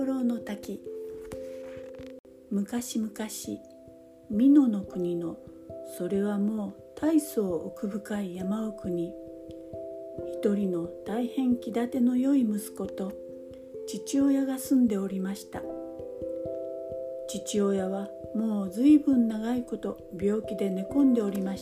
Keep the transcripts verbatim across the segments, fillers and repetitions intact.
ろの滝。昔々、美濃の国の、それはもう大層奥深い山奥に、一人の大変気立ての良い息子と父親が住んでおりました。父親はもうずいぶん長いこと病気で寝込んでおりました。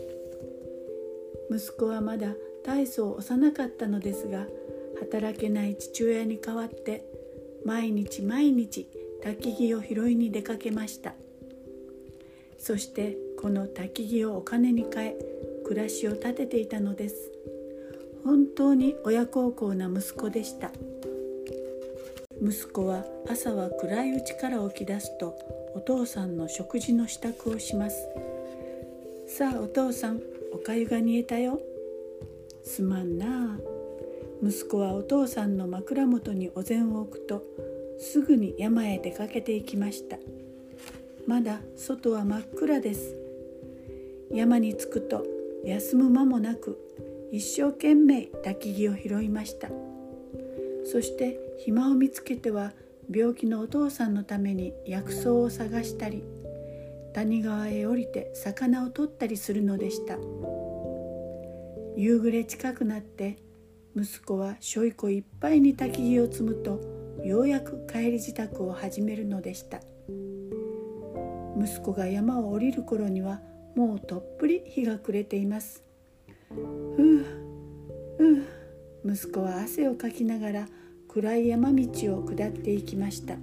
息子はまだ大層幼かったのですが、働けない父親に代わって毎日毎日焚き木を拾いに出かけました。そしてこの焚き木をお金に換え暮らしを立てていたのです。本当に親孝行な息子でした。息子は朝は暗いうちから起き出すとお父さんの食事の支度をします。さあお父さん、おかゆが煮えたよ。すまんなあ。息子はお父さんの枕元にお膳を置くとすぐに山へ出かけていきました。まだ外は真っ暗です。山に着くと休む間もなく一生懸命焚き木を拾いました。そして暇を見つけては病気のお父さんのために薬草を探したり、谷川へ降りて魚を取ったりするのでした。夕暮れ近くなって息子はしょいこいっぱいに焚き木を積むとようやく帰り支度を始めるのでした。息子が山を降りる頃にはもうとっぷり日が暮れています。ふうふう、息子は汗をかきながら暗い山道を下っていきました。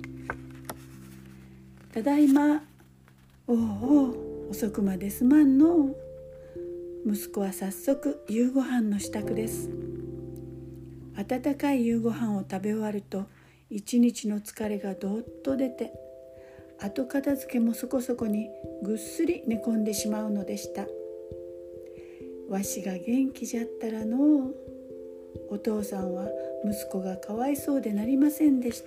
ただいま。おうおう、遅くまですまんの。息子は早速夕ご飯の支度です。温かい夕ご飯を食べ終わると一日の疲れがどっと出て、後片付けもそこそこにぐっすり寝込んでしまうのでした。わしが元気じゃったらのう。お父さんは息子がかわいそうでなりませんでした。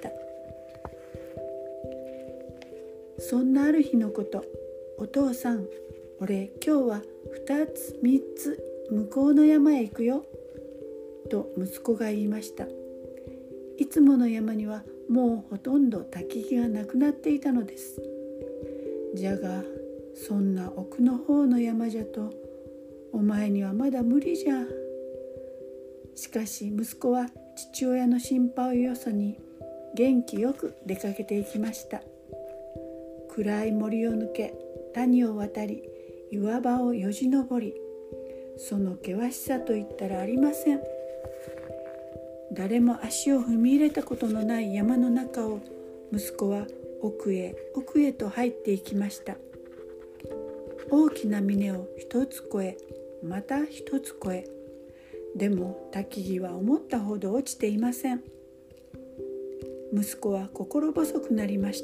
そんなある日のこと、お父さん、俺今日は二つ三つ向こうの山へ行くよと息子が言いました。いつもの山にはもうほとんど焚き木がなくなっていたのです。じゃがそんな奥の方の山じゃとお前にはまだ無理じゃ。しかし息子は父親の心配をよそに元気よく出かけていきました。暗い森を抜け、谷を渡り、岩場をよじ登り、その険しさといったらありません。誰も足を踏み入れたことのない山の中を息子は奥へ奥へと入っていきました。大きな峰を一つ越え、また一つ越え、でも焚き木は思ったほど落ちていません。息子は心細くなりました。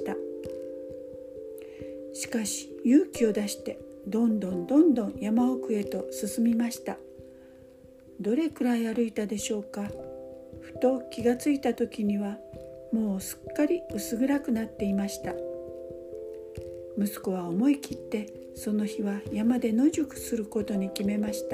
しかし勇気を出してどんどんどんどん山奥へと進みました。どれくらい歩いたでしょうか。ふと気がついた時にはもうすっかり薄暗くなっていました。息子は思い切ってその日は山で野宿することに決めました。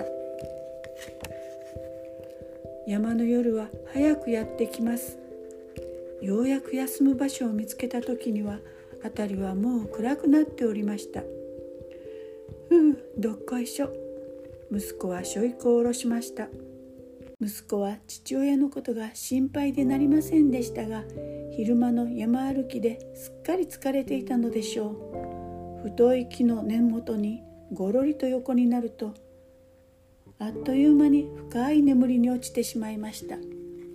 山の夜は早くやってきます。ようやく休む場所を見つけた時には辺りはもう暗くなっておりました。ふう、どっこいしょ。息子はしょいこを下ろしました。息子は父親のことが心配でなりませんでしたが、昼間の山歩きですっかり疲れていたのでしょう。太い木の根元にごろりと横になると、あっという間に深い眠りに落ちてしまいました。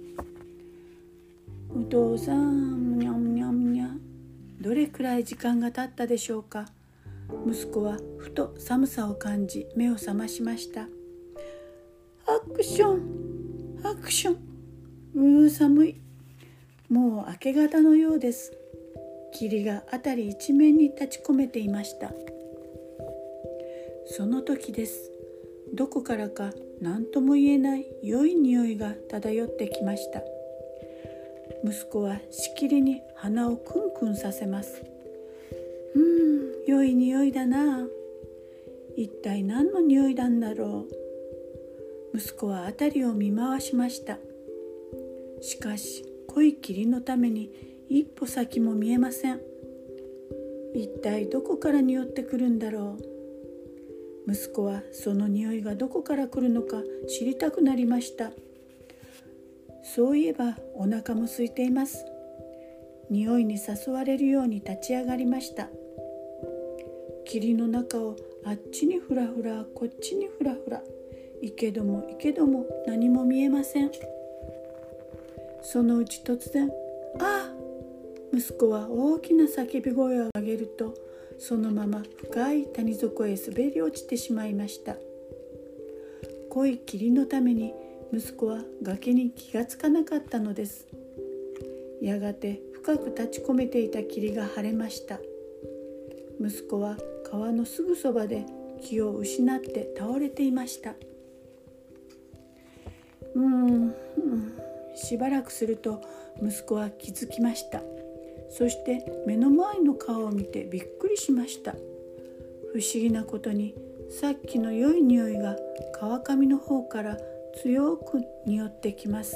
お父さん、にゃんにゃんにゃ。どれくらい時間が経ったでしょうか。息子はふと寒さを感じ目を覚ましました。アクション、アクション。うー寒い。もう明け方のようです。霧が辺り一面に立ち込めていました。その時です。どこからか何とも言えない良い匂いが漂ってきました。息子はしきりに鼻をクンクンさせます。うーん、良い匂いだな。一体何の匂いなんだろう。息子は辺りを見回しました。しかし濃い霧のために一歩先も見えません。一体どこから匂ってくるんだろう。息子はその匂いがどこから来るのか知りたくなりました。そういえばお腹も空いています。匂いに誘われるように立ち上がりました。霧の中をあっちにふらふら、こっちにふらふら、行けども行けども何も見えません。そのうち突然、ああ！息子は大きな叫び声を上げると、そのまま深い谷底へ滑り落ちてしまいました。濃い霧のために息子は崖に気がつかなかったのです。やがて深く立ち込めていた霧が晴れました。息子は川のすぐそばで気を失って倒れていました。うーん、うん、しばらくすると息子は気づきました。そして目の前の川を見てびっくりしました。不思議なことに、さっきの良い匂いが川上の方から強く匂ってきます。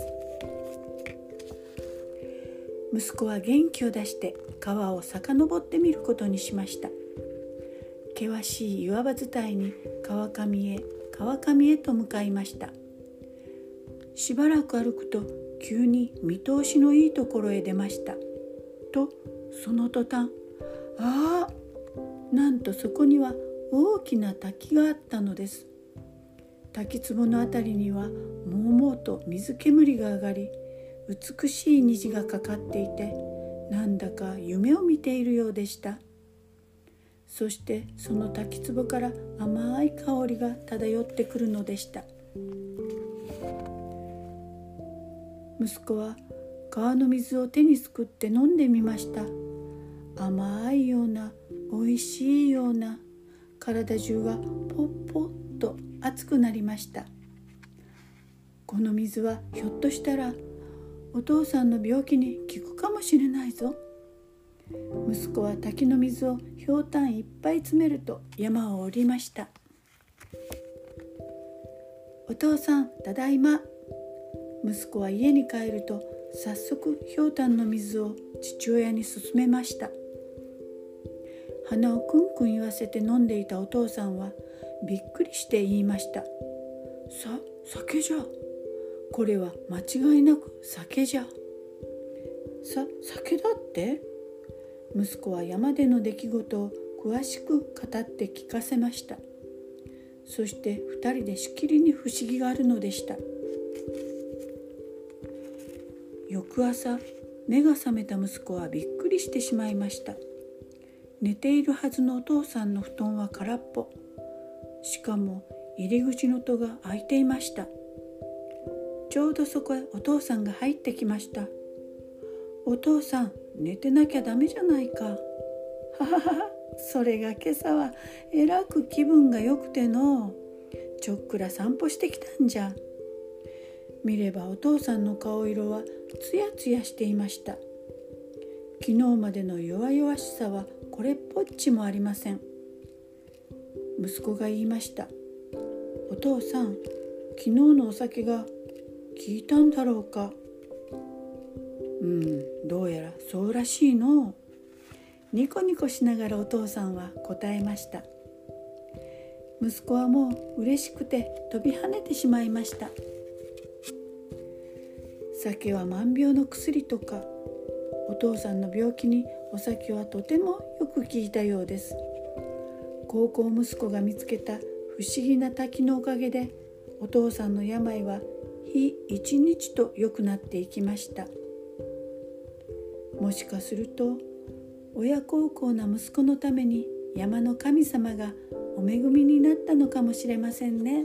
息子は元気を出して川を遡ってみることにしました。険しい岩場伝いに川上へ川上へと向かいました。しばらく歩くと急に見通しのいいところへ出ました。とその途端、ああ、なんとそこには大きな滝があったのです。滝壺のあたりにはもうもうと水煙が上がり、美しい虹がかかっていて、なんだか夢を見ているようでした。そしてその滝壺から甘い香りが漂ってくるのでした。息子は川の水を手にすくって飲んでみました。甘いような、おいしいような、体中がポッポッと熱くなりました。この水はひょっとしたらお父さんの病気に効くかもしれないぞ。息子は滝の水をひょうたんいっぱい詰めると山を降りました。お父さん、ただいま。息子は家に帰ると早速ひょうたんの水を父親に勧めました。鼻をクンクン言わせて飲んでいたお父さんはびっくりして言いました。さ、酒じゃ。これは間違いなく酒じゃ。さ、酒だって？息子は山での出来事を詳しく語って聞かせました。そして二人でしきりに不思議があるのでした。翌朝、目が覚めた息子はびっくりしてしまいました。寝ているはずのお父さんの布団は空っぽ。しかも入り口の戸が開いていました。ちょうどそこへお父さんが入ってきました。お父さん、寝てなきゃダメじゃないか。ははは、それが今朝はえらく気分がよくての、ちょっくら散歩してきたんじゃ。見ればお父さんの顔色はつやつやしていました。昨日までの弱々しさはこれっぽっちもありません。息子が言いました。お父さん、昨日のお酒が効いたんだろうか。うん、どうやらそうらしいの。ニコニコしながらお父さんは答えました。息子はもう嬉しくて飛び跳ねてしまいました。酒は万病の薬とか、お父さんの病気にお酒はとてもよく効いたようです。高校息子が見つけた不思議な滝のおかげで、お父さんの病は日一日と良くなっていきました。もしかすると親孝行な息子のために山の神様がお恵みになったのかもしれませんね。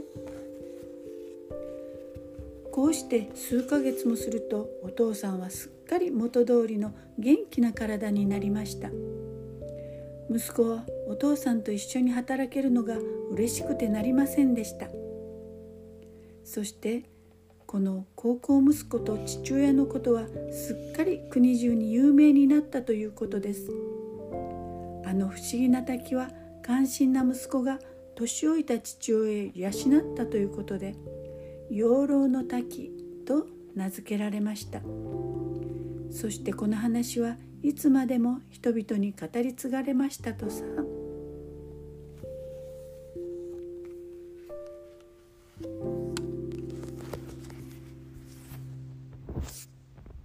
こうして数ヶ月もすると、お父さんはすっかり元通りの元気な体になりました。息子はお父さんと一緒に働けるのが嬉しくてなりませんでした。そしてこの高校息子と父親のことはすっかり国中に有名になったということです。あの不思議な滝は感心な息子が年老いた父親を養ったということで、養老の滝と名付けられました。 そしてこの話はいつまでも人々に語り継がれましたとさ。